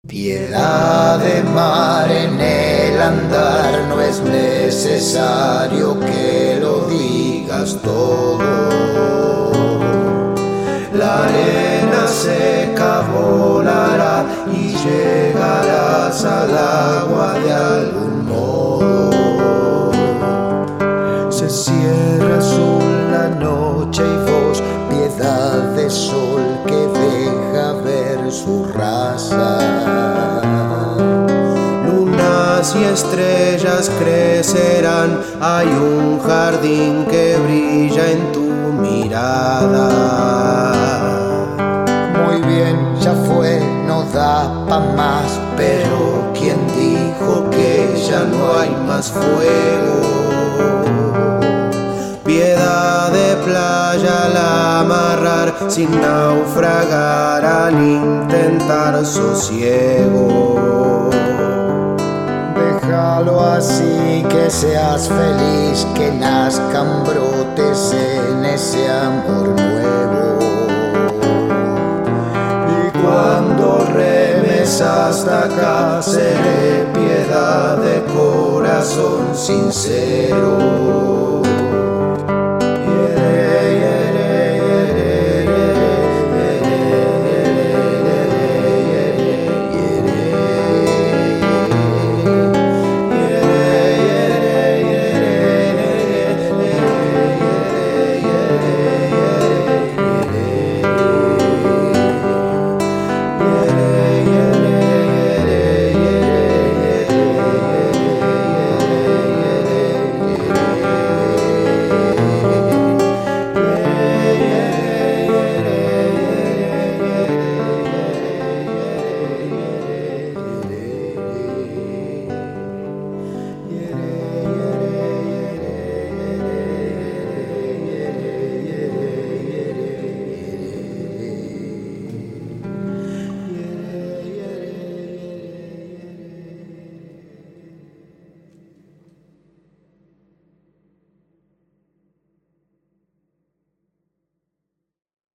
Piedad de mar en el andar, no es necesario que lo digas todo. La arena seca volará y llegarás al agua de algún modo. Se cierra azul la noche y vos, piedad de sol que deja ver su raza. Lunas y estrellas crecerán, hay un jardín que brilla en tu mirada. Muy bien, ya fue, no da pa' más, pero ¿quién dijo que ya no hay más fuego? Piedad de playa al amarrar, sin naufragar al intentar sosiego. Déjalo así, que seas feliz, que nazcan brotes en ese amor nuevo. Y cuando remes hasta acá, seré piedad de corazón sincero.